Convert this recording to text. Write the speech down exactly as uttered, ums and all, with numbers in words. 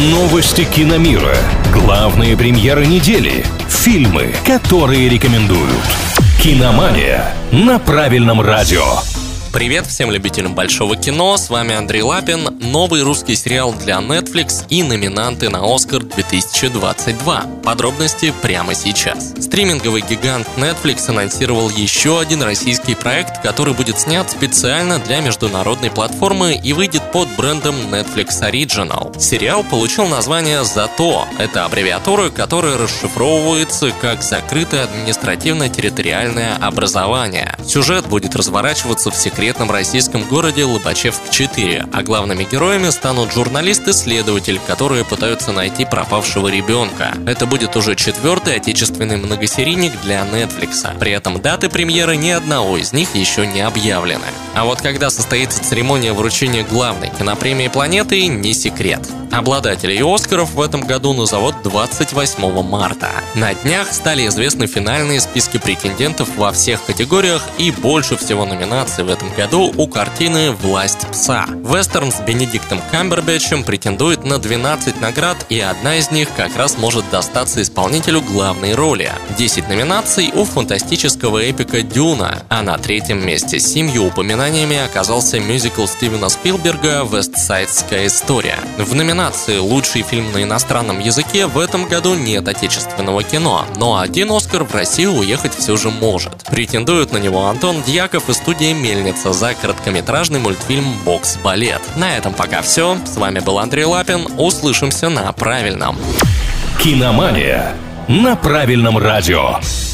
Новости киномира. Главные премьеры недели. Фильмы, которые рекомендуют. Киномания на правильном радио. Привет всем любителям большого кино, с вами Андрей Лапин. Новый русский сериал для Netflix и номинанты на Оскар две тысячи двадцать два. Подробности прямо сейчас. Стриминговый гигант Netflix анонсировал еще один российский проект, который будет снят специально для международной платформы и выйдет под брендом Netflix Original. Сериал получил название «Зато». Это аббревиатура, которая расшифровывается как «Закрытое административно-территориальное образование». Сюжет будет разворачиваться в секретном В секретном российском городе Лобачевск-четыре, а главными героями станут журналист-исследователь, которые пытаются найти пропавшего ребенка. Это будет уже четвертый отечественный многосерийник для Netflix. При этом даты премьеры ни одного из них еще не объявлены. А вот когда состоится церемония вручения главной кинопремии планеты, не секрет. Обладателей Оскаров в этом году назовут двадцать восьмого марта. На днях стали известны финальные списки претендентов во всех категориях, и больше всего номинаций в этом году у картины «Власть пса». Вестерн с Бенедиктом Камбербэтчем претендует на двенадцать наград, и одна из них как раз может достаться исполнителю главной роли. десять номинаций у фантастического эпика «Дюна», а на третьем месте с семью упоминаниями оказался мюзикл Стивена Спилберга «Вестсайдская история». В номинации «Лучший фильм на иностранном языке» в этом году нет отечественного кино, но один Оскар в Россию уехать все же может. Претендуют на него Антон Дьяков и студия «Мельница» за короткометражный мультфильм «Бокс-балет». На этом пока все. С вами был Андрей Лапин. Услышимся на правильном. Киномания на правильном радио.